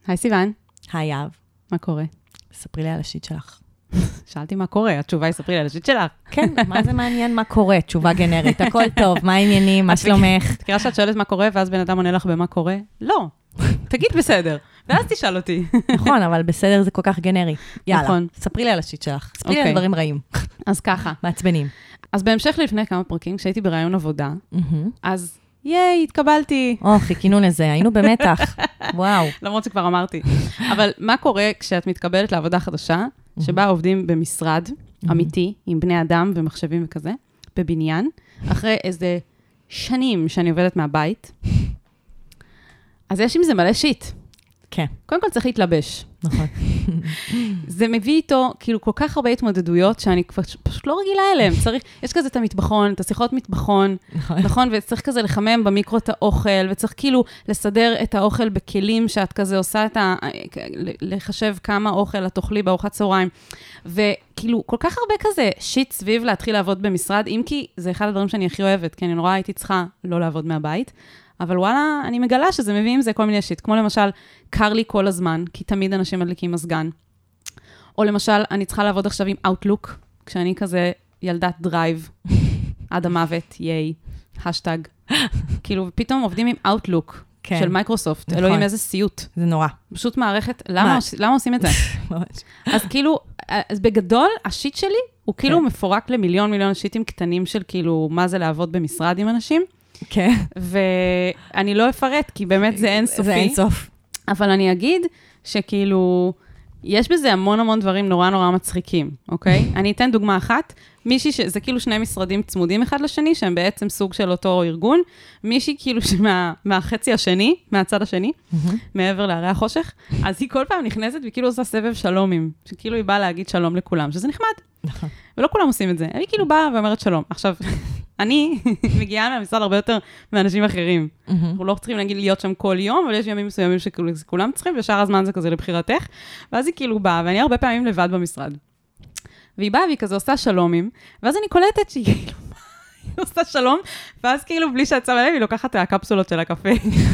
היי סיוון. היי אב. מה קורה? ספרי לי על השיט שלך. שאלתי מה קורה, התשובה היא ספרי לי על השיט שלך. כן, מה זה מעניין מה קורה? תשובה גנרית, הכל טוב, מה העניינים, מה שלומך? תקרא שאת שואלת מה קורה, ואז בן אדם עונה לך במה קורה? לא, תגיד בסדר, ואז תשאל אותי. נכון, אבל בסדר זה כל כך גנרי. יאללה, נכון. ספרי לי על השיט שלך. ספרי לי על אוקיי. דברים רעים. אז ככה, מעצבנים. אז בהמשך לפני כמה פרקים, כשהייתי ברעיון עבודה, אז ייי, התקבלתי. חיכינו לזה, היינו במתח. וואו. למרות שכבר אמרתי. אבל מה קורה כשאת מתקבלת לעבודה חדשה, שבה עובדים במשרד אמיתי, עם בני אדם ומחשבים וכזה, בבניין, אחרי איזה שנים שאני עובדת מהבית, אז יש עם זה מלא שיט. כן. קודם כל צריך להתלבש. נכון. זה מביא איתו, כאילו, כל כך הרבה התמודדויות שאני פשוט לא רגילה אליהם. צריך, יש כזה את המטבחון, את השיחות מטבחון, נכון? וצריך כזה לחמם במיקרו את האוכל, וצריך כאילו לסדר את האוכל בכלים שאת כזה עושה את לחשב כמה אוכל את תאכלי בארוחת צהריים. וכאילו, כל כך הרבה כזה שיט סביב להתחיל לעבוד במשרד, אם כי זה אחד הדברים שאני הכי אוהבת, כי אני נורא הייתי צריכה לא לעבוד מהבית. אבל וואלה, אני מגלה שזה מביא עם זה כל מיני שיט, כמו למשל, קר לי כל הזמן, כי תמיד אנשים מדליקים מזגן. או למשל, אני צריכה לעבוד עכשיו עם Outlook, כשאני כזה ילדת דרייב, עד המוות, ייי, השטג. כאילו, פתאום עובדים עם Outlook כן. של מייקרוסופט, נכון. אלוהים איזה סיוט. זה נורא. פשוט מערכת, למה עושים את זה? ממש. אז כאילו, אז בגדול, השיט שלי הוא כאילו כן. מפורק למיליון שיטים קטנים של כאילו, מה זה לעבוד במשרד עם אנשים. כן. ואני לא אפרט, כי באמת זה אינסופי. זה אינסוף. אבל אני אגיד שכאילו, יש בזה המון דברים נורא מצחיקים, אוקיי? אני אתן דוגמה אחת. מישהי, זה כאילו שני משרדים צמודים אחד לשני, שהם בעצם סוג של אותו ארגון. מישהי כאילו מהחצי השני, מהצד השני, מעבר להרי החושך, אז היא כל פעם נכנסת וכאילו עושה סבב שלומים, שכאילו היא באה להגיד שלום לכולם, שזה נחמד. נכון. ולא כולם עושים את זה. היא כאילו באה ואומרת שלום. עכשיו, אני מגיעה מהמשרד הרבה יותר מאנשים אחרים. אנחנו לא צריכים להגיד להיות שם כל יום, אבל יש ימים מסוימים שכולם צריכים, ושאר הזמן זה כזה לבחירתך. ואז היא כאילו באה, ואני הרבה פעמים לבד במשרד. והיא באה והיא כזה עושה שלומים, ואז אני קולטת שהיא כאילו, היא עושה שלום, ואז כאילו בלי שאת שמה לב, היא לוקחת את הקפסולות של הקפה.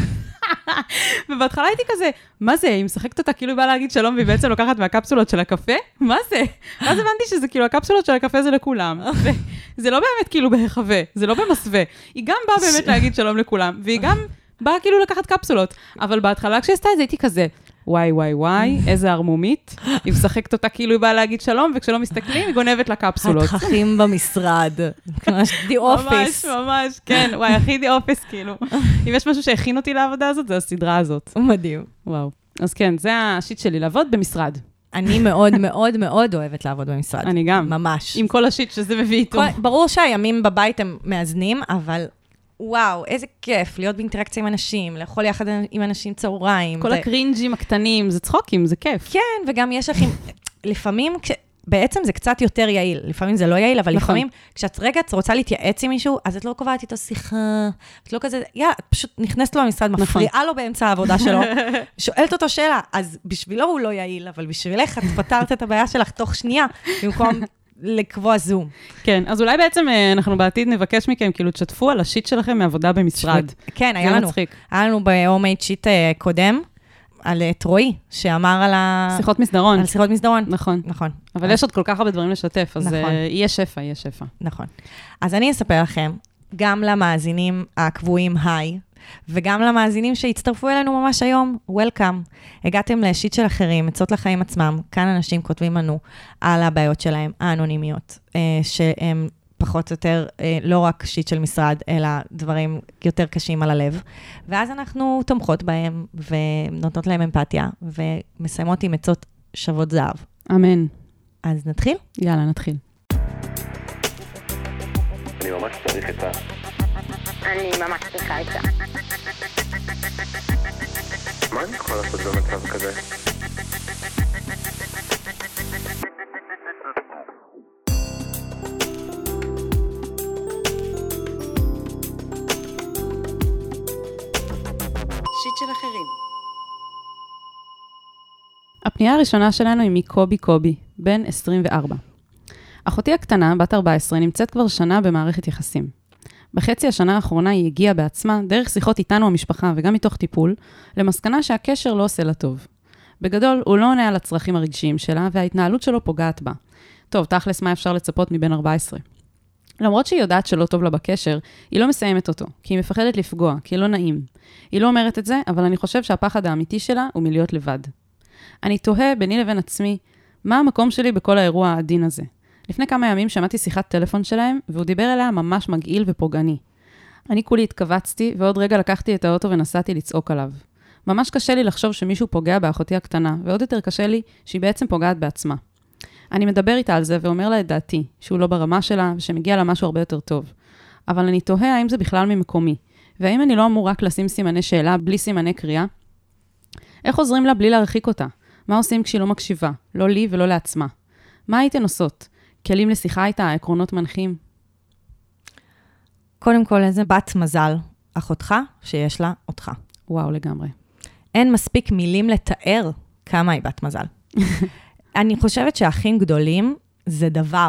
ובהתחלה הייתי כזה, מה זה? היא משחקת אותה כאילו היא באה להגיד שלום, והיא בעצם לוקחת מהקפסולות של הקפה? מה זה? ואז הבנתי שזה כאילו, הקפסולות של הקפה זה לכולם. זה לא באמת כאילו בהחווה, זה לא במסווה. היא גם באה באמת להגיד שלום לכולם, והיא גם באה כאילו לקחת קפסולות. אבל בהתחלה כשעשתה את זה הייתי כזה, וואי, איזה ערמומית. היא משחקת אותה כאילו היא באה להגיד שלום, וכשלא מסתכלים היא גונבת לקפסולות. התככים במשרד. ממש די אופיס. ממש, כן. וואי, הכי די אופיס כאילו. אם יש משהו שהכין אותי לעבודה הזאת, זה הסדרה הזאת. מדהים. וואו. אז כן, זה השיט שלי, לעבוד במשרד. אני מאוד אוהבת לעבוד במשרד. אני גם. ממש. עם כל השיט שזה מביא איתו. ברור שהימים בבית הם מאזנים, אבל וואו, איזה כיף להיות באינטראקציה עם אנשים, לאכול יחד עם אנשים צהריים. כל הקרינג'ים הקטנים, זה צחוקים, זה כיף. כן, וגם יש לכם, לפעמים, בעצם זה קצת יותר יעיל, לפעמים זה לא יעיל, אבל לפעמים, כשאת רגע רוצה להתייעץ עם מישהו, אז את לא קובעת איתו שיחה, את לא כזה, את פשוט נכנסת לו למשרד, מפריעה לו באמצע העבודה שלו, שואלת אותו שאלה, אז בשבילו הוא לא יעיל, אבל בשבילך את פתרת את הבעיה שלך תוך שנייה, במקום לקבוע זום. כן, אז אולי בעצם אנחנו בעתיד נבקש מכם, כאילו תשתפו על השיט שלכם מעבודה במשרד. כן, היה לנו בהומייד שיט קודם, על טרועי, שאמר על שיחות מסדרון. על שיחות מסדרון. נכון. נכון. אבל יש עוד כל כך הרבה דברים לשתף, אז יהיה שפע. נכון. אז אני אספר לכם, גם למאזינים הקבועים היי, וגם למאזינים שהצטרפו אלינו ממש היום, וולקאם. הגעתם לשיט של אחרים, עצות לחיים עצמם. כאן אנשים כותבים לנו על הבעיות שלהם, האנונימיות, שהם פחות או יותר לא רק שיט של משרד, אלא דברים יותר קשים על הלב. ואז אנחנו תומכות בהם, ונותנות להם אמפתיה, ומסיימות עם עצות שוות זהב. אמן. אז נתחיל? יאללה, נתחיל. אני ממש צריך את אני ממש צריכה את זה. מה אני יכול לעשות במצב כזה? שיט של אחרים. הפנייה הראשונה שלנו היא מקובי, בן 24. אחותי הקטנה, בת 14, נמצאת כבר שנה במערכת יחסים. בחצי השנה האחרונה היא הגיעה בעצמה, דרך שיחות איתנו המשפחה וגם מתוך טיפול, למסקנה שהקשר לא עושה לה טוב. בגדול, הוא לא עונה על הצרכים הרגשיים שלה, וההתנהלות שלו פוגעת בה. טוב, תכלס, מה אפשר לצפות מבן 14? למרות שהיא יודעת שלא טוב לה בקשר, היא לא מסיימת אותו, כי היא מפחדת לפגוע, כי היא לא נעים. היא לא אומרת את זה, אבל אני חושב שהפחד האמיתי שלה הוא מלהיות לבד. אני תוהה ביני לבין עצמי, מה המקום שלי בכל האירוע העדין הזה? לפני כמה ימים שמעתי שיחת טלפון שלהם, והוא דיבר אליה ממש מגעיל ופוגעני. אני כולי התכווצתי, ועוד רגע לקחתי את האוטו ונסעתי לצעוק עליו. ממש קשה לי לחשוב שמישהו פוגע באחותי הקטנה, ועוד יותר קשה לי שהיא בעצם פוגעת בעצמה. אני מדבר איתה על זה ואומר לה את דעתי, שהוא לא ברמה שלה ושמגיע לה משהו הרבה יותר טוב. אבל אני תוהה האם זה בכלל ממקומי, והאם אני לא אמור רק לשים סימני שאלה בלי סימני קריאה? איך עוזרים לה בלי להרחיק אותה? מה עושים כשהיא לא מקשיבה? לא לי ולא לעצמה. מה הייתן עושות? כלים לשיחה איתה, עקרונות מנחים? קודם כל, איזה בת מזל, אחותך, שיש לה אותך. וואו, לגמרי. אין מספיק מילים לתאר כמה היא בת מזל. אני חושבת שאחים גדולים זה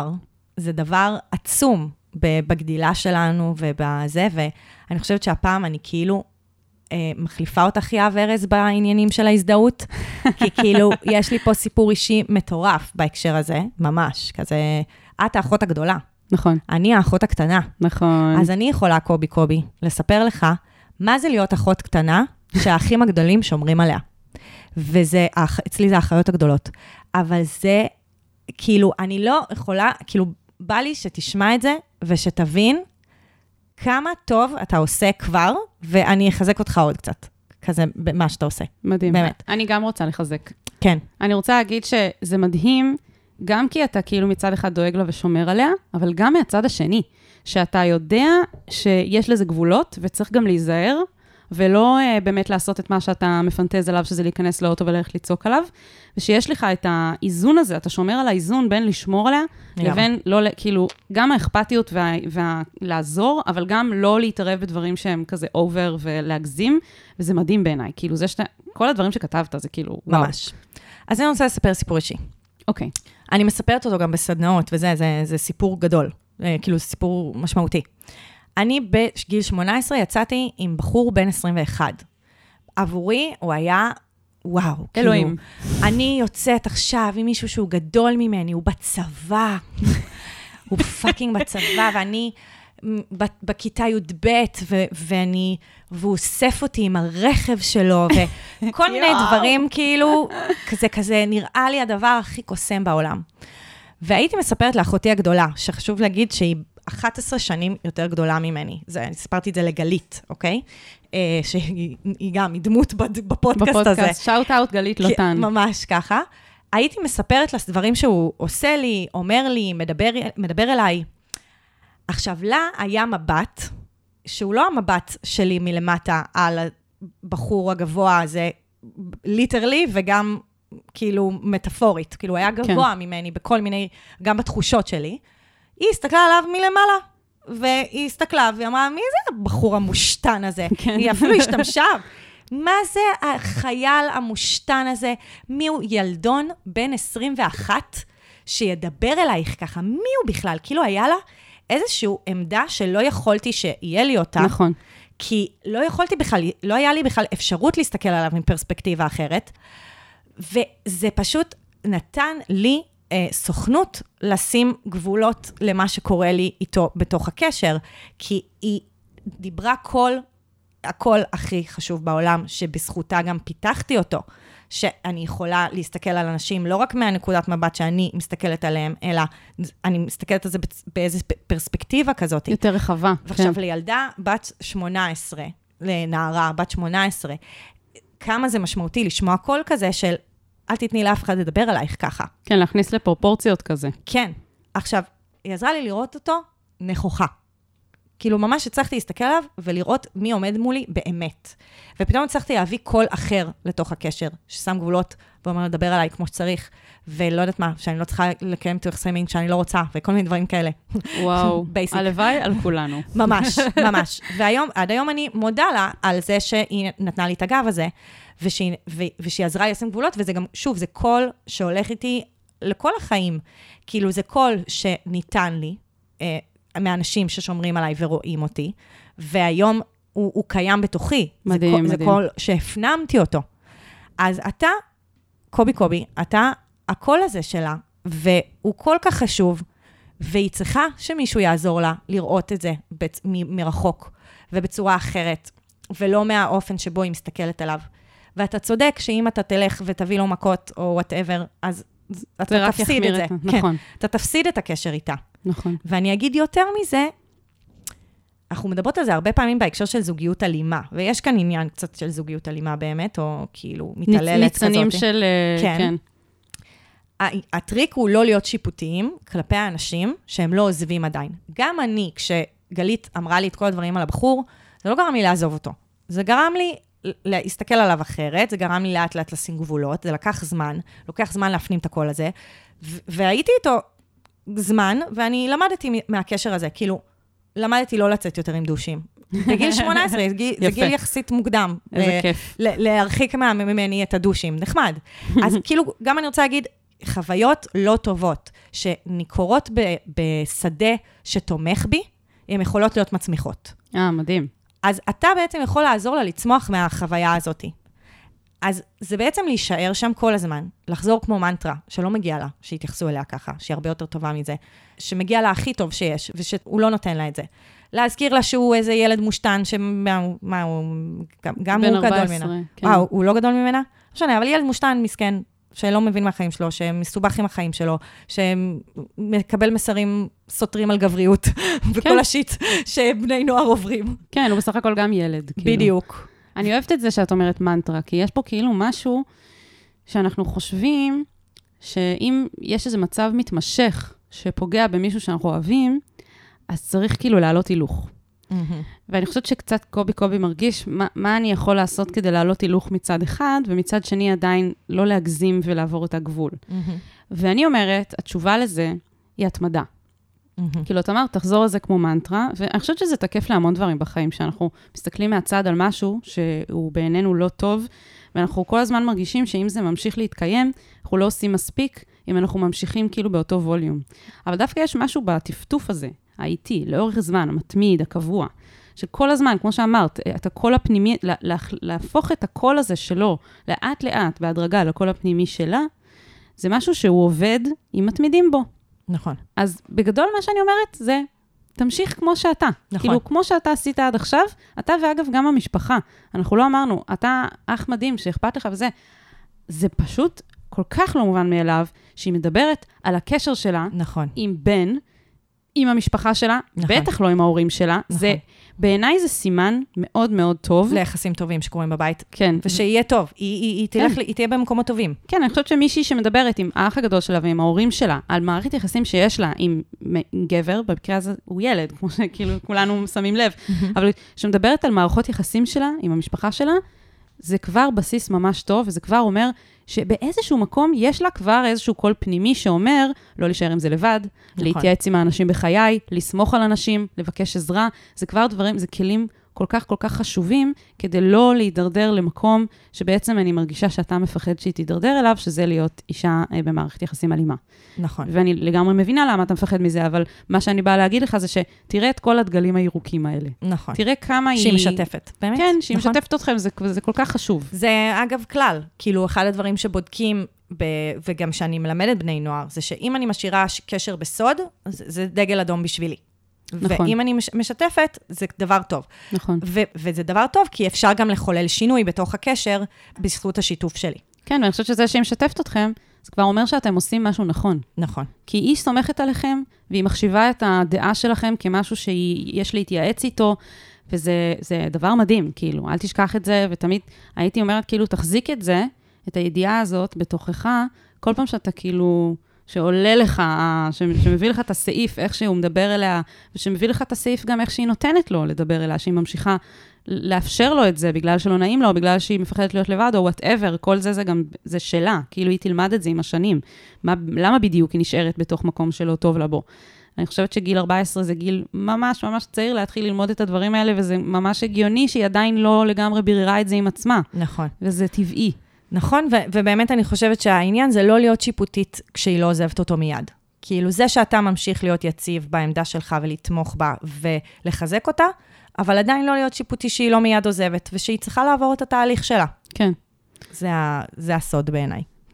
דבר עצום בגדילה שלנו ובזה, ואני חושבת שהפעם אני כאילו מחליפה אותך יאב ארז בעניינים של ההזדהות, כי כאילו יש לי פה סיפור אישי מטורף בהקשר הזה, ממש, כזה, את האחות הגדולה. נכון. אני האחות הקטנה. נכון. אז אני יכולה, קובי, לספר לך מה זה להיות אחות קטנה שהאחים הגדולים שומרים עליה. וזה, אצלי זה האחיות הגדולות. אבל זה, כאילו, אני לא יכולה, כאילו, בא לי שתשמע את זה, ושתבין כמה טוב אתה עושה כבר, ואני אחזק אותך עוד קצת, כזה, במה שאתה עושה. מדהים. באמת. אני גם רוצה לחזק. כן. אני רוצה להגיד שזה מדהים, גם כי אתה כאילו מצד אחד דואג לה ושומר עליה, אבל גם מהצד השני, שאתה יודע שיש לזה גבולות, וצריך גם להיזהר, ולא באמת לעשות את מה שאתה מפנטז עליו, שזה להיכנס לאוטו וללכת לצעוק עליו, ושיש לך את האיזון הזה, אתה שומר על האיזון בין לשמור עליה, לבין לא, כאילו, גם האכפתיות ולעזור, אבל גם לא להתערב בדברים שהם כזה אובר ולהגזים, וזה מדהים בעיניי, כאילו זה כל הדברים שכתבת, זה כאילו, ממש. אז אני רוצה לספר סיפור אישי. אוקיי. אני מספרת אותו גם בסדנאות, וזה זה סיפור גדול, כאילו זה סיפור משמעותי. אני בגיל 18 יצאתי עם בחור בן 21. עבורי הוא היה, וואו, אלוהים. כאילו, אני יוצאת עכשיו עם מישהו שהוא גדול ממני, הוא בצבא, הוא פאקינג בצבא, ואני בכיתה י"ב, והוא אוסף אותי עם הרכב שלו, וכל מיני דברים, כאילו, כזה נראה לי הדבר הכי קוסם בעולם. והייתי מספרת לאחותי הגדולה, שחשוב להגיד שהיא 11 שנים יותר גדולה ממני. אני סיפרתי את זה לגלית, אוקיי? שהיא גם דמות בפודקאסט הזה. שאוט אאוט גלית לוטן. ממש ככה. הייתי מספרת לה דברים שהוא עושה לי, אומר לי, מדבר אליי. עכשיו, לה היה מבט, שהוא לא המבט שלי מלמטה על הבחור הגבוה הזה, ליטרלי, וגם כאילו מטאפורית. כאילו, היה גבוה ממני בכל מיני, גם בתחושות שלי. היא הסתכלה עליו מלמעלה, והיא הסתכלה, והיא אמרה, מי זה הבחור המושתן הזה? היא אפילו השתמשה. מה זה החייל המושתן הזה? מי הוא ילדון בן 21 שידבר אלייך ככה? מי הוא בכלל? כאילו היה לה איזושהי עמדה שלא יכולתי שיהיה לי אותה. נכון. כי לא יכולתי בכלל, לא היה לי בכלל אפשרות להסתכל עליו מפרספקטיבה אחרת, וזה פשוט נתן לי סוכנות לשים גבולות למה שקורה לי איתו בתוך הקשר, כי היא דיברה הכל הכי חשוב בעולם, שבזכותה גם פיתחתי אותו, שאני יכולה להסתכל על אנשים, לא רק מהנקודת מבט שאני מסתכלת עליהם, אלא אני מסתכלת על זה באיזו פרספקטיבה כזאת. יותר רחבה. ועכשיו לילדה בת 18, לנערה בת 18, כמה זה משמעותי לשמוע קול כזה של, אל תתני לאף אחד לדבר עלייך ככה. כן, להכניס לפרופורציות כזה. כן. עכשיו, היא עזרה לי לראות אותו נכוחה. כאילו, ממש הצלחתי להסתכל עליו ולראות מי עומד מולי באמת. ופתאום הצלחתי להביא קול אחר לתוך הקשר, ששם גבולות ואומר לדבר עליי כמו שצריך, ולא יודעת מה, שאני לא צריכה לקיים את היחסים שאני לא רוצה, וכל מיני דברים כאלה. וואו, הלוואי על כולנו. ממש, ממש. עד היום אני מודה לה על זה שהיא נתנה לי את הגב הזה, ושהיא עזרה לי לשים גבולות, וזה גם, שוב, זה קול שהולך איתי לכל החיים. כאילו, זה קול שניתן לי, מאנשים ששומרים עליי ורואים אותי, והיום הוא קיים בתוכי. מדהים, זה קול שהפנמתי אותו. אז אתה קובי, אתה הקול הזה שלה, והוא כל כך חשוב, והיא צריכה שמישהו יעזור לה לראות את זה מרחוק, ובצורה אחרת, ולא מהאופן שבו היא מסתכלת עליו. ואתה צודק שאם אתה תלך ותביא לו מכות או whatever, אז אתה תפסיד את זה. נכון. אתה תפסיד את הקשר איתה. נכון. ואני אגיד יותר מזה, אנחנו מדברות על זה הרבה פעמים בהקשר של זוגיות אלימה, ויש כאן עניין קצת של זוגיות אלימה באמת, או כאילו מתעללת כזאת. ניצנים של... כן. הטריק הוא לא להיות שיפוטיים כלפי האנשים שהם לא עוזבים עדיין. גם אני, כשגלית אמרה לי את כל הדברים על הבחור, זה לא גרם לי לעזוב אותו. זה גרם לי להסתכל עליו אחרת, זה גרם לי לאט לאט לשים גבולות, זה לוקח זמן להפנים את הכל הזה, והייתי איתו זמן, ואני למדתי מהקשר הזה, כאילו, למדתי לא לצאת יותר עם דושים. בגיל 18, זה גיל יחסית מוקדם. איזה כיף. להרחיק ממני את הדושים, נחמד. אז כאילו, גם אני רוצה להגיד, חוויות לא טובות, שנקורות בשדה שתומך בי, הן יכולות להיות מצמיחות. מדהים. אז אתה בעצם יכול לעזור לה לצמוח מהחוויה הזאת. אז זה בעצם להישאר שם כל הזמן, לחזור כמו מנטרה, שלא מגיע לה, שיתייחסו אליה ככה, שהיא הרבה יותר טובה מזה, שמגיע לה הכי טוב שיש, ושהוא לא נותן לה את זה. להזכיר לה שהוא איזה ילד מושתן, מה הוא, גם הוא גדול ממנה. כן. הוא לא גדול ממנה? לא משנה, אבל ילד מושתן מסכן, שלא מבין מהחיים שלו, שמסובך עם החיים שלו, שמקבל מסרים סותרים על גבריות, וכל השיט שבני נוער עוברים. כן, הוא בסך הכל גם ילד. בדיוק. אני אוהבת את זה שאת אומרת מנטרה, כי יש פה כאילו משהו שאנחנו חושבים שאם יש איזה מצב מתמשך שפוגע במישהו שאנחנו אוהבים, אז צריך כאילו לעלות הילוך. ואני חושבת שקצת קובי מרגיש מה אני יכול לעשות כדי לעלות הילוך מצד אחד, ומצד שני עדיין לא להגזים ולעבור את הגבול. ואני אומרת, התשובה לזה היא התמדה. כאילו, את אמרת, תחזור לזה כמו מנטרה, ואני חושבת שזה תקף להמון דברים בחיים, שאנחנו מסתכלים מהצד על משהו שהוא בעינינו לא טוב, ואנחנו כל הזמן מרגישים שאם זה ממשיך להתקיים, אנחנו לא עושים מספיק, אם אנחנו ממשיכים כאילו באותו ווליום. אבל דווקא יש משהו בטפטוף הזה, האיטי, לאורך זמן, המתמיד, הקבוע, שכל הזמן, כמו שאמרת, את הקול הפנימי, להפוך את הקול הזה שלו, לאט לאט, בהדרגה, לקול הפנימי שלה, זה משהו שהוא עובד אם מתמידים בו. נכון. אז בגדול מה שאני אומרת זה, תמשיך כמו שאתה. נכון. כאילו, כמו שאתה עשית עד עכשיו, אתה ואגב גם המשפחה. אנחנו לא אמרנו, אתה אח מדהים שאכפת לך וזה. זה פשוט כל כך לא מובן מאליו, שהיא מדברת על הקשר שלה, נכון. עם בן, עם המשפחה שלה, נכון. בטח לא עם ההורים שלה. נכון. זה, בעיניי זה סימן מאוד מאוד טוב. ליחסים טובים שקורים בבית. כן. ושיהיה טוב. היא תהיה במקומות טובים. כן, אני חושבת שמישהי שמדברת עם האח הגדול שלה ועם ההורים שלה, על מערכת יחסים שיש לה עם גבר, במקרה הזה הוא ילד, כמו שכאילו כולנו שמים לב, אבל שמדברת על מערכות יחסים שלה, עם המשפחה שלה, זה כבר בסיס ממש טוב, וזה כבר אומר שבאיזשהו מקום יש לה כבר איזשהו קול פנימי שאומר, לא להישאר עם זה לבד, נכון. להתייעץ עם האנשים בחיי, לסמוך על אנשים, לבקש עזרה, זה כבר דברים, זה כלים כל כך כל כך חשובים, כדי לא להידרדר למקום שבעצם אני מרגישה שאתה מפחד שהיא תידרדר אליו, שזה להיות אישה במערכת יחסים אלימה. נכון. ואני לגמרי מבינה למה אתה מפחד מזה, אבל מה שאני באה להגיד לך זה שתראה את כל הדגלים הירוקים האלה. נכון. תראה כמה היא... שהיא משתפת. באמת? כן, שהיא נכון. משתפת אתכם, זה כל כך חשוב. זה אגב כלל, כאילו אחד הדברים שבודקים, וגם שאני מלמדת בני נוער, זה שאם אני משאירה קשר בסוד, זה דגל אדום בשבילי. נכון. ואם אני משתפת, זה דבר טוב. נכון. וזה דבר טוב, כי אפשר גם לחולל שינוי בתוך הקשר, בזכות השיתוף שלי. כן, ואני חושבת שזה שהיא משתפת אתכם, זה כבר אומר שאתם עושים משהו נכון. נכון. כי היא סומכת עליכם, והיא מחשיבה את הדעה שלכם כמשהו שיש להתייעץ איתו, וזה דבר מדהים, כאילו, אל תשכח את זה, ותמיד הייתי אומרת, כאילו, תחזיק את זה, את הידיעה הזאת בתוכך, כל פעם שאתה כאילו, שעולה לך, שמביא לך את הסעיף, איך שהוא מדבר אליה, ושמביא לך את הסעיף גם איך שהיא נותנת לו לדבר אליה, שהיא ממשיכה לאפשר לו את זה, בגלל שלא נעים לו, או בגלל שהיא מפחדת להיות לבד, או whatever, כל זה גם, זה שלה, כאילו היא תלמד את זה עם השנים. למה בדיוק היא נשארת בתוך מקום שלא טוב לה בו? אני חושבת שגיל 14 זה גיל ממש ממש צעיר להתחיל ללמוד את הדברים האלה, וזה ממש הגיוני שהיא עדיין לא לגמרי ביררה את זה עם עצמה. נכון. וזה טבעי. נכון, ובאמת אני חושבת שהעניין זה לא להיות שיפוטית כשהיא לא עוזבת אותו מיד. כאילו זה שאתה ממשיך להיות יציב בעמדה שלך ולתמוך בה ולחזק אותה, אבל עדיין לא להיות שיפוטי שהיא לא מיד עוזבת, ושהיא צריכה לעבור את התהליך שלה. כן. זה הסוד בעיניי.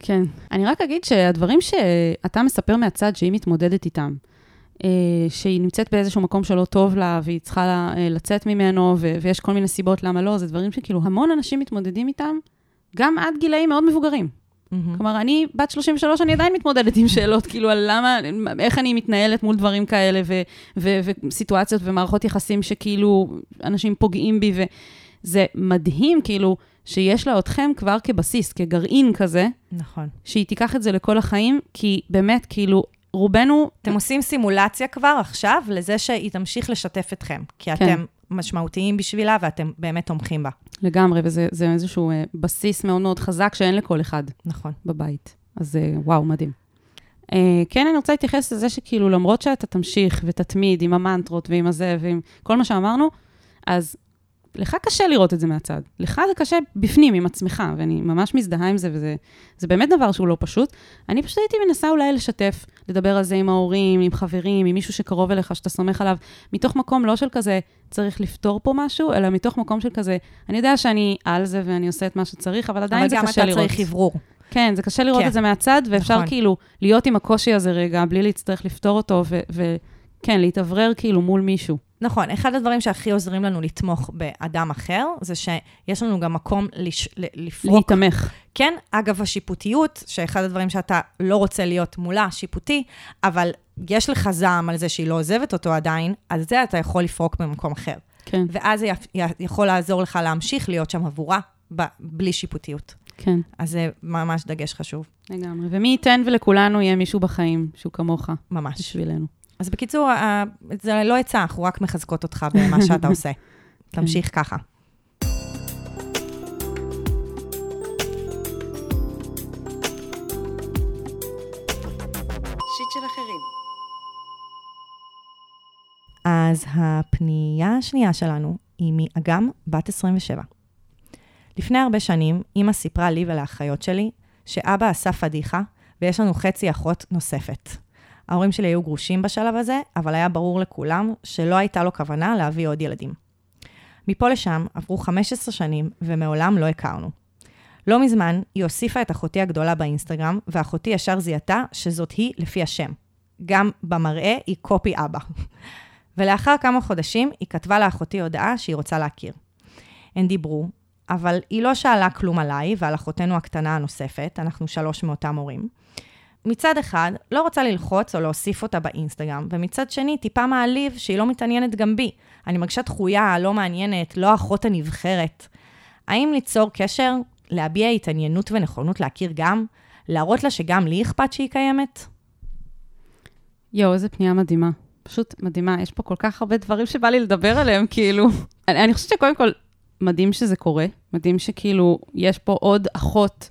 כן. אני רק אגיד שהדברים שאתה מספר מהצד שהיא מתמודדת איתם, שהיא נמצאת באיזשהו מקום שלא טוב לה, והיא צריכה לצאת ממנו, ויש כל מיני סיבות למה לא, זה דברים שכאילו המון אנשים מתמודדים איתם, גם עד גילאים מאוד מבוגרים. כלומר, אני בת 33, אני עדיין מתמודדת עם שאלות, כאילו, על למה, איך אני מתנהלת מול דברים כאלה, וסיטואציות ומערכות יחסים שכאילו אנשים פוגעים בי, וזה מדהים, כאילו, שיש לה אתכם כבר כבסיס, כגרעין כזה, נכון. שהיא תיקח את זה לכל החיים, כי באמת, כאילו, רובנו... אתם עושים סימולציה כבר עכשיו, לזה שהיא תמשיך לשתף אתכם, כי אתם משמעותיים בשבילה, ואתם באמת תומכים בה. לגמרי, וזה איזשהו בסיס מאוד מאוד חזק, שאין לכל אחד. נכון. בבית. אז וואו, מדהים. כן, אני רוצה להתייחס לזה שכאילו, למרות שאתה תמשיך ותתמיד עם המנטרות ועם הזה ועם כל מה שאמרנו, אז לך קשה לראות את זה מהצד. לך זה קשה בפנים עם עצמך, ואני ממש מזדהה עם זה, וזה באמת דבר שהוא לא פשוט. אני פשוט הייתי מנסה אולי לשתף, לדבר על זה עם ההורים, עם חברים, עם מישהו שקרוב אליך, שאתה סומך עליו, מתוך מקום לא של כזה, צריך לפתור פה משהו, אלא מתוך מקום של כזה, אני יודע שאני על זה ואני עושה את מה שצריך, אבל עדיין זה קשה לראות. אבל גם אתה צריך עברור. כן, זה קשה לראות את זה מהצד, ואפשר כאילו להיות עם הקושי הזה רגע, בלי להצטרך לפתור אותו, וכן, להתעברר כאילו מול מישהו. נכון, אחד הדברים שהכי עוזרים לנו לתמוך באדם אחר, זה שיש לנו גם מקום לפרוק. להתמך. כן, אגב השיפוטיות, שאחד הדברים שאתה לא רוצה להיות מולה, שיפוטי, אבל יש לך זעם על זה שהיא לא עוזבת אותו עדיין, אז זה אתה יכול לפרוק במקום אחר. כן. ואז זה יכול לעזור לך להמשיך להיות שם עבורה, בלי שיפוטיות. כן. אז זה ממש דגש חשוב. לגמרי. ומי ייתן ולכולנו יהיה מישהו בחיים שהוא כמוך. ממש. בשבילנו. אז בקיצור, זה לא יצא, אנחנו רק מחזקות אותך במה שאתה עושה. תמשיך ככה. שיט של אחרים. אז הפנייה השנייה שלנו היא מאגם בת 27. לפני הרבה שנים, אמא סיפרה לי ולאחיות שלי שאבא עשה פדיחה ויש לנו חצי אחות נוספת. ההורים שלי היו גרושים בשלב הזה, אבל היה ברור לכולם שלא הייתה לו כוונה להביא עוד ילדים. מפה לשם עברו 15 שנים ומעולם לא הכרנו. לא מזמן היא הוסיפה את אחותי הגדולה באינסטגרם, ואחותי ישר זיהתה שזאת היא לפי השם. גם במראה היא קופי אבא. ולאחר כמה חודשים היא כתבה לאחותי הודעה שהיא רוצה להכיר. הן דיברו, אבל היא לא שאלה כלום עליי ועל אחותנו הקטנה הנוספת, אנחנו 3 מאותם הורים. מצד אחד, לא רוצה ללחוץ או להוסיף אותה באינסטגרם, ומצד שני, טיפה מעליב שהיא לא מתעניינת גם בי. אני מרגישה דחויה, לא מעניינת, לא האחות הנבחרת. האם ליצור קשר, להביע התעניינות ונכונות להכיר גם, להראות לה שגם לי אכפת שהיא קיימת? יו, איזה פנייה מדהימה. פשוט מדהימה. יש פה כל כך הרבה דברים שבא לי לדבר עליהם, כאילו. אני חושבת שקודם כל, מדהים שזה קורה. מדהים שכאילו, יש פה עוד אחות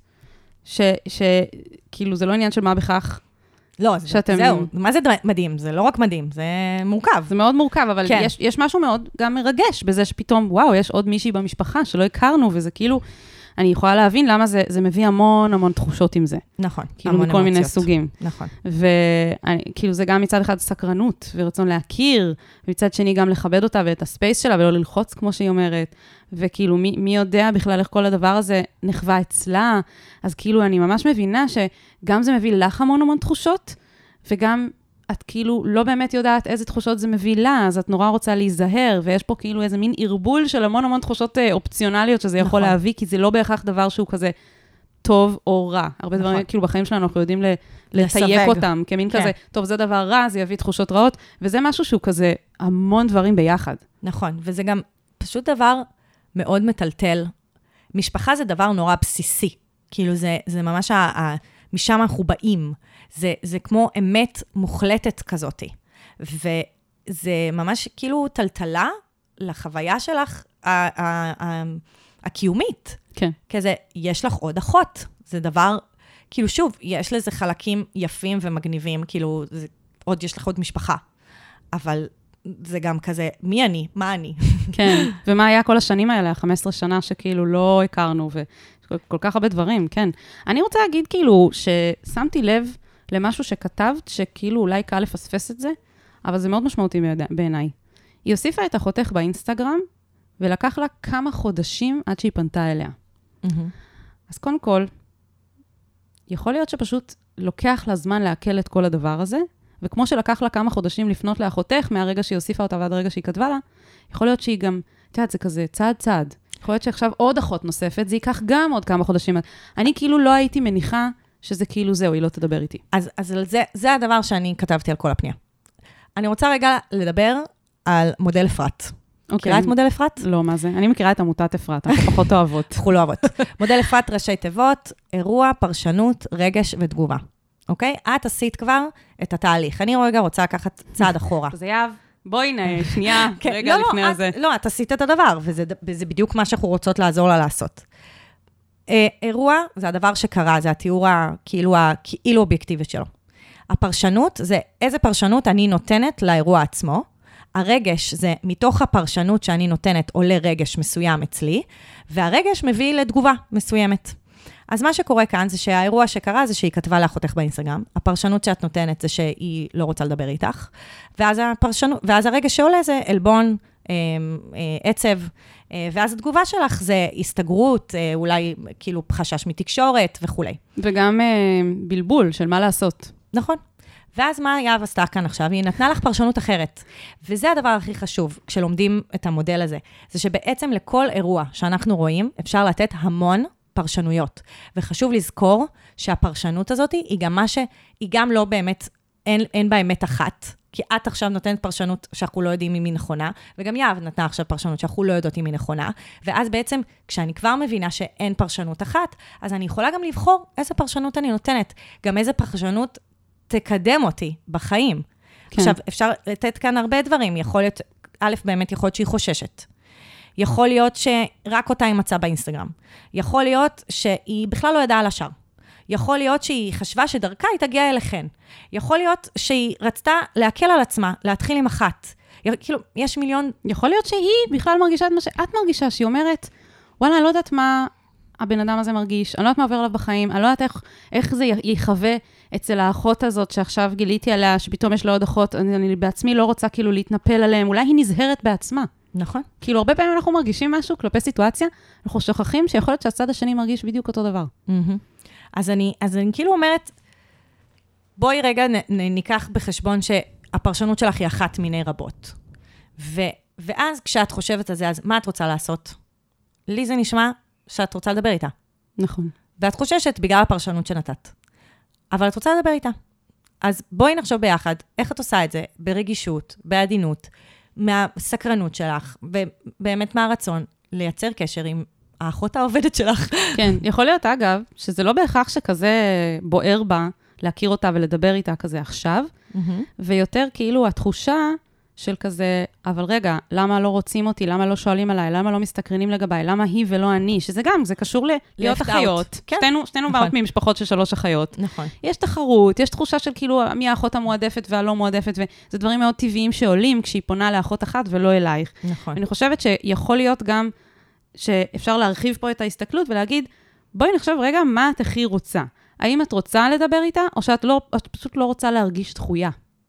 שכאילו זה לא עניין של מה בכך. לא, זהו. מה זה מדהים? זה לא רק מדהים, זה מורכב. זה מאוד מורכב, אבל כן. יש משהו מאוד גם מרגש בזה שפתאום, וואו, יש עוד מישהי במשפחה שלא הכרנו, וזה כאילו, אני יכולה להבין למה זה מביא המון המון תחושות עם זה. נכון, כאילו מכל אמוציות. מיני סוגים. נכון. וכאילו זה גם מצד אחד סקרנות ורצון להכיר, ומצד שני גם לכבד אותה ואת הספייס שלה ולא ללחוץ כמו שהיא אומרת, וכאילו מי יודע בכלל איך כל הדבר הזה נחווה אצלה, אז כאילו אני ממש מבינה שגם זה מביא לך המון המון תחושות, וגם את כאילו לא באמת יודעת איזה תחושות זה מביא לה, אז את נורא רוצה להיזהר, ויש פה כאילו איזה מין ערבול של המון המון תחושות אופציונליות שזה יכול להביא, כי זה לא בהכרח דבר שהוא כזה טוב או רע. הרבה דברים כאילו בחיים שלנו אנחנו יודעים לתייק אותם, כמין כזה, טוב זה דבר רע, זה יביא תחושות רעות, וזה משהו שהוא כזה המון דברים ביחד. נכון, וזה גם פשוט דבר מאוד מטלטל. משפחה זה דבר נורא בסיסי, כאילו זה ממש משם אנחנו באים. זה כמו אמת מוחלטת כזאת. וזה ממש כאילו טלטלה לחוויה שלך הקיומית. כן. כזה, יש לך עוד אחות. זה דבר, כאילו שוב, יש לזה חלקים יפים ומגניבים, כאילו, עוד יש לך עוד משפחה. אבל זה גם כזה, מי אני? מה אני? כן, ומה היה כל השנים האלה, 15 שנה שכאילו לא הכרנו, וכל כך הרבה דברים, כן. אני רוצה להגיד כאילו, ששמתי לב למשהו שכתבת, שכאילו אולי קל לפספס את זה, אבל זה מאוד משמעותי בעיניי. היא הוסיפה את אחותך באינסטגרם, ולקח לה כמה חודשים עד שהיא פנתה אליה. אז קודם כל, יכול להיות שפשוט לוקח לה זמן לעכל את כל הדבר הזה, וכמו שלקח לה כמה חודשים לפנות לאחותך, מהרגע שהיא הוסיפה אותה ועד הרגע שהיא כתבה לה, יכול להיות שהיא גם, את יודעת, זה כזה צעד צעד. יכול להיות שעכשיו עוד אחות נוספת, זה ייקח גם עוד כמה חודשים. אני כאילו לא הייתי מניחה שזה כאילו זהו, היא לא תדבר איתי. אז זה הדבר שאני כתבתי על כל הפנייה. אני רוצה רגע לדבר על מודל אפרת. מכירה את מודל אפרת? לא, מה זה? אני מכירה את עמותת אפרת, אנחנו פחות אוהבות. אנחנו לא אוהבות. מודל אפרת ראשי תיבות, אירוע, פרשנות, רגש ותגובה. אוקיי? את עשית כבר את התהליך. אני רגע רוצה לקחת צעד אחורה. זה יאב, בואי שנייה, רגע לפני הזה. לא, את עשית את הדבר, וזה בדיוק מה שאנחנו רוצות לעזור לה לעשות. אירוע זה הדבר שקרה, זה התיאור כאילו אובייקטיבית שלו. הפרשנות זה איזה פרשנות אני נותנת לאירוע עצמו. הרגש זה מתוך הפרשנות שאני נותנת עולה רגש מסוים אצלי, והרגש מביא לתגובה מסוימת. אז מה שקורה כאן זה שהאירוע שקרה זה שהיא כתבה לאחותך באינסטגרם, הפרשנות שאת נותנת זה שהיא לא רוצה לדבר איתך, ואז הרגש שעולה זה אלבון, עצב, ואז התגובה שלך זה הסתגרות, אולי כאילו חשש מתקשורת וכו'. וגם בלבול של מה לעשות. נכון. ואז מה יאב עשתה כאן עכשיו? היא נתנה לך פרשנות אחרת. וזה הדבר הכי חשוב כשלומדים את המודל הזה. זה שבעצם לכל אירוע שאנחנו רואים, אפשר לתת המון פרשנויות. וחשוב לזכור שהפרשנות הזאת היא גם מה שהיא גם לא באמת, אין בה אמת אחת. כי את עכשיו נותנת פרשנות שאנחנו לא יודעים אם היא נכונה, וגם יאב נתנה עכשיו פרשנות שאנחנו לא יודעות אם היא נכונה. ואז בעצם, כשאני כבר מבינה שאין פרשנות אחת, אז אני יכולה גם לבחור איזה פרשנות אני נותנת. גם איזה פרשנות תקדם אותי בחיים. כן. עכשיו, אפשר לתת כאן הרבה דברים. יכול להיות, א', באמת יכול להיות שהיא חוששת. יכול להיות שרק אותה היא מצאה באינסטגרם. יכול להיות שהיא בכלל לא ידעה על השאר. יכול להיות שהיא חשבה שדרכה היא תגיע אליכן. יכול להיות שהיא רצתה להקל על עצמה, להתחיל עם אחת. כאילו, יש מיליון... יכול להיות שהיא בכלל מרגישה את מה שאת מרגישה, שהיא אומרת, וואלה, אני לא יודעת מה הבן אדם הזה מרגיש, אני לא יודעת מה עובר עליו בחיים, אני לא יודעת איך זה יחווה אצל האחות הזאת שעכשיו גיליתי עליה, שפתאום יש לה עוד אחות, אני בעצמי לא רוצה כאילו להתנפל עליהם, אולי היא נזהרת בעצמה. נכון. כאילו, הרבה פעמים אנחנו מרגישים משהו כלפי סיטואציה, אנחנו שוכחים שיכול להיות שהצד השני מרגיש בדיוק אותו דבר. אז אני כאילו אומרת, בואי רגע ניקח בחשבון שהפרשנות שלך היא אחת מיני רבות. ואז כשאת חושבת על זה, אז מה את רוצה לעשות? לי זה נשמע שאת רוצה לדבר איתה. נכון. ואת חוששת בגלל הפרשנות שנתת. אבל את רוצה לדבר איתה. אז בואי נחשוב ביחד, איך את עושה את זה? ברגישות, בעדינות, מהסקרנות שלך, ובאמת מהרצון לייצר קשר עם האחות העובדת שלך. כן, יכול להיות אגב, שזה לא בהכרח שכזה בוער בה, להכיר אותה ולדבר איתה כזה עכשיו, ויותר כאילו התחושה של כזה, אבל רגע, למה לא רוצים אותי? למה לא שואלים עליי? למה לא מסתקרנים לגביי? למה היא ולא אני? שזה גם, זה קשור להיות אחיות. שתינו באות ממשפחות של 3 אחיות. נכון. יש תחרות, יש תחושה של כאילו מי האחות המועדפת והלא מועדפת, וזה דברים מאוד טבעיים שעולים כשהיא פונה לאחות אחת ולא אלייך. נכון. אני חושבת שיכול להיות גם שאפשר להרחיב פה את ההסתכלות ולהגיד, בואי נחשב רגע מה את הכי רוצה. האם את רוצה לדבר איתה, או שאת פשוט לא רוצה להרגיש דחויה?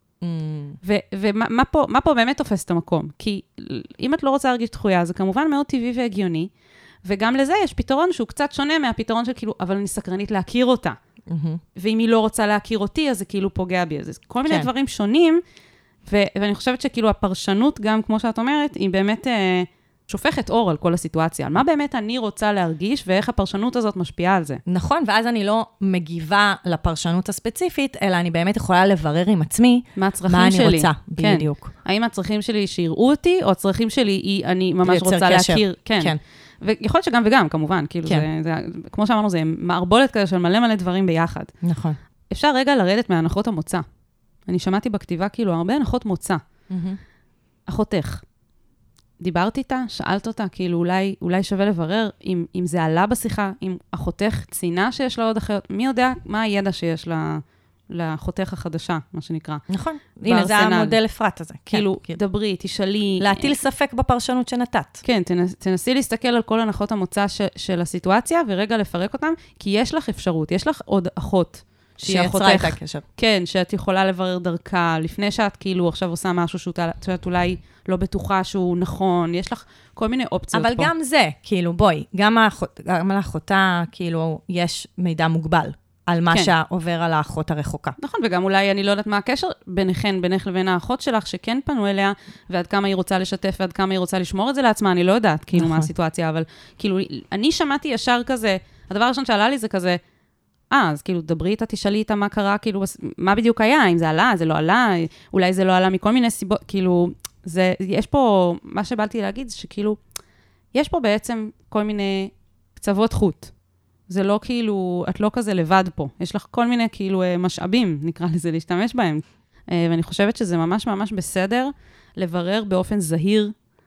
ומה פה באמת תופס את המקום? כי אם את לא רוצה להרגיש דחויה, זה כמובן מאוד טבעי והגיוני, וגם לזה יש פתרון שהוא קצת שונה מהפתרון של כאילו, אבל אני סקרנית להכיר אותה. ואם היא לא רוצה להכיר אותי, אז זה כאילו פוגע בי. אז כל מיני דברים שונים, ואני חושבת שכאילו הפרשנות, גם כמו שאת אומרת, היא באמת שופכת אור על כל הסיטואציה. על מה באמת אני רוצה להרגיש, ואיך הפרשנות הזאת משפיעה על זה. נכון, ואז אני לא מגיבה לפרשנות הספציפית, אלא אני באמת יכולה לברר עם עצמי מה הצרכים שלי. מה אני רוצה, בדיוק. האם הצרכים שלי שיראו אותי, או הצרכים שלי אני ממש רוצה להכיר. כן. ויכול להיות שגם וגם, כמובן. כאילו זה, כמו שאמרנו, זה מערבולת כזה של מלא דברים ביחד. נכון. אפשר רגע לרדת מהנחות המוצא. אני שמעתי בכתיבה כאילו הרבה הנחות מוצא. אחותך. דיברת איתה, שאלת אותה, כאילו אולי שווה לברר אם זה עלה בשיחה, אם אחותך ציינה שיש לה עוד אחיות, מי יודע מה הידע שיש לאחותך החדשה, מה שנקרא. נכון. הנה, זה המודל אפרת הזה. כאילו, דברי, תשאלי. להטיל ספק בפרשנות שנתת. כן, תנסי להסתכל על כל הנחות המוצא של הסיטואציה, ורגע לפרק אותם, כי יש לך אפשרות, יש לך עוד אחות. שיצרה איתה קשר. כן, שאת יכולה לברר דרכה, לפני שאת כאילו עכשיו עושה משהו שאת אולי לא בטוחה שהוא נכון, יש לך כל מיני אופציות אבל פה. אבל גם זה, כאילו, בואי, גם לאחותה, כאילו, יש מידע מוגבל. על מה כן. שעובר על האחות הרחוקה. נכון, וגם אולי אני לא יודעת מה הקשר בינך לבין האחות שלך, שכן פנו אליה, ועד כמה היא רוצה לשתף, ועד כמה היא רוצה לשמור את זה לעצמה, אני לא יודעת, כאילו, מה הסיטואציה, אבל כאילו, אני שמעתי ישר כזה, הדבר הראשון שעלה לי זה כזה, אז כאילו, דברי איתה, תשאלי איתה מה קרה, כאילו, מה בדיוק היה, אם זה עלה, זה לא עלה, אולי זה לא עלה מכל מיני סיבות, כאילו, יש פה, מה שבאתי להגיד, זה שכאילו, יש פה בעצם כל מיני קצוות חוט. זה לא כאילו, את לא כזה לבד פה. יש לך כל מיני כאילו משאבים, נקרא לזה, להשתמש בהם. ואני חושבת שזה ממש ממש בסדר לברר באופן זהיר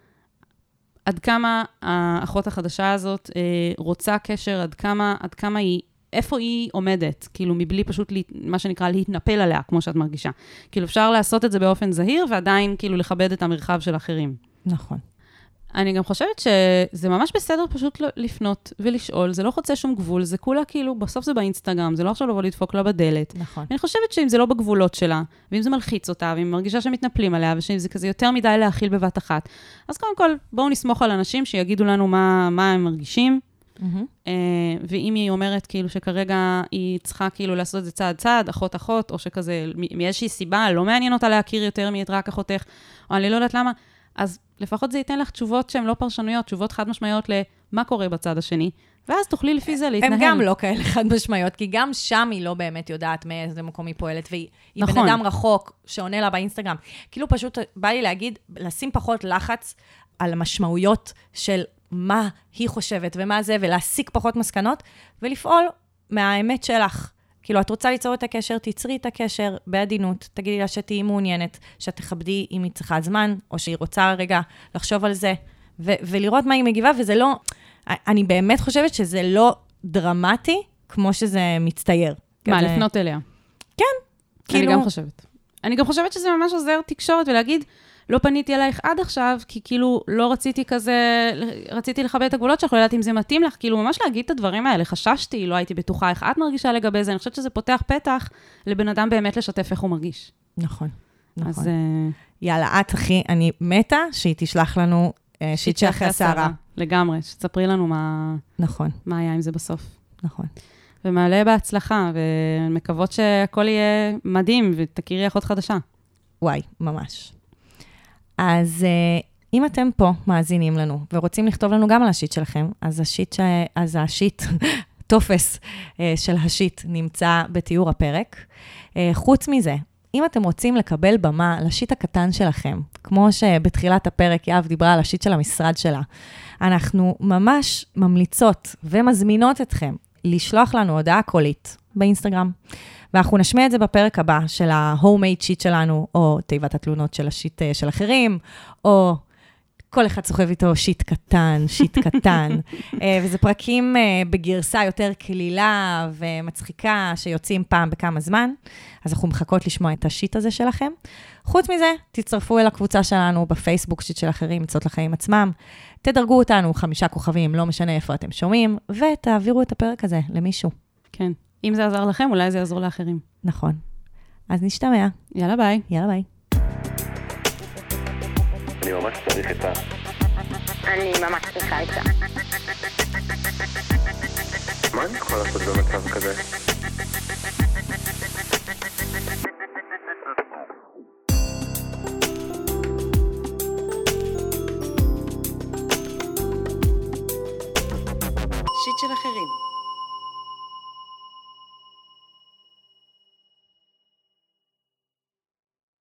עד כמה האחות החדשה הזאת רוצה קשר, עד כמה היא, איפה היא עומדת, כאילו מבלי פשוט מה שנקרא להתנפל עליה, כמו שאת מרגישה. כאילו אפשר לעשות את זה באופן זהיר ועדיין כאילו לכבד את המרחב של אחרים. נכון. אני גם חושבת שזה ממש בסדר פשוט לפנות ולשאול, זה לא חוצה שום גבול, זה כולה כאילו, בסוף זה באינסטגרם, זה לא עכשיו לבוא לדפוק לה בדלת. נכון. אני חושבת שאם זה לא בגבולות שלה, ואם זה מלחיץ אותה, ואם מרגישה שמתנפלים עליה, ושאם זה כזה יותר מדי להכיל בבת אחת, אז קודם כל, בואו נסמוך על אנשים שיגידו לנו מה הם מרגישים, ואם היא אומרת כאילו שכרגע היא צריכה כאילו לעשות את זה צעד צעד, אחות, או שכזה מאיזושהי סיבה, לא מעניין אותה להכיר יותר מאת רק אחותך, או אני לא יודעת למה, אז לפחות זה ייתן לך תשובות שהן לא פרשנויות, תשובות חד משמעיות למה קורה בצד השני, ואז תוכלי לפי זה להתנהל. הם גם לא כאלה חד משמעיות, כי גם שם היא לא באמת יודעת מאיזה מקום היא פועלת, והיא נכון. בן אדם רחוק שעונה לה באינסטגרם. כאילו פשוט בא לי להגיד, לשים פחות לחץ על המשמעויות של מה היא חושבת ומה זה, ולהסיק פחות מסקנות, ולפעול מהאמת שלך. כאילו, את רוצה ליצור את הקשר, תיצרי את הקשר בעדינות, תגידי לה שתהי מעוניינת, שתכבדי אם היא צריכה זמן, או שהיא רוצה רגע לחשוב על זה, ולראות מה היא מגיבה, וזה לא, אני באמת חושבת שזה לא דרמטי, כמו שזה מצטייר. מה, לפנות אליה? כן. אני גם חושבת. אני גם חושבת שזה ממש עוזר תקשורת, ולהגיד, לא פניתי אלייך עד עכשיו, כי כאילו לא רציתי כזה, רציתי לכבד את הגבולות שלך, לא יודעת אם זה מתאים לך, כאילו ממש להגיד את הדברים האלה, חששתי, לא הייתי בטוחה איך את מרגישה לגבי זה, אני חושבת שזה פותח פתח לבן אדם באמת לשתף איך הוא מרגיש. נכון, נכון. אז יאללה, את אחי, אני מתה שהיא תשלח לנו שיט שאחרי הסערה. לגמרי, שתספרי לנו נכון. מה היה עם זה בסוף. נכון. ומעלה בהצלחה, ומקוות שהכל יהיה מדהים, ותכירי אחות חדשה. וואי, ממש. אז אם אתם פה מאזינים לנו, ורוצים לכתוב לנו גם על השיט שלכם, אז השיט, טופס של השיט נמצא בתיאור הפרק. חוץ מזה, אם אתם רוצים לקבל במה לשיט הקטן שלכם, כמו שבתחילת הפרק יאב דיברה על השיט של המשרד שלה, אנחנו ממש ממליצות ומזמינות אתכם לשלוח לנו הודעה קולית באינסטגרם, ואנחנו נשמיע את זה בפרק הבא של ה-homemade sheet שלנו, או תיבת התלונות של השיט של אחרים, או כל אחד סוחב איתו שיט קטן, וזה פרקים בגרסה יותר כלילה ומצחיקה, שיוצאים פעם בכמה זמן, אז אנחנו מחכות לשמוע את השיט הזה שלכם. חוץ מזה, תצטרפו אל הקבוצה שלנו בפייסבוק, שיט של אחרים, עצות לחיים עצמם, תדרגו אותנו 5 כוכבים, לא משנה איפה אתם שומעים, ותעבירו את הפרק הזה למישהו. כן. אם זה עזר לכם, אולי זה יעזור לאחרים. נכון. אז נשתמע. יאללה ביי. יאללה ביי. אני ממש צריך את אני ממש צריכה את זה. מה אני יכול לעשות במצב כזה?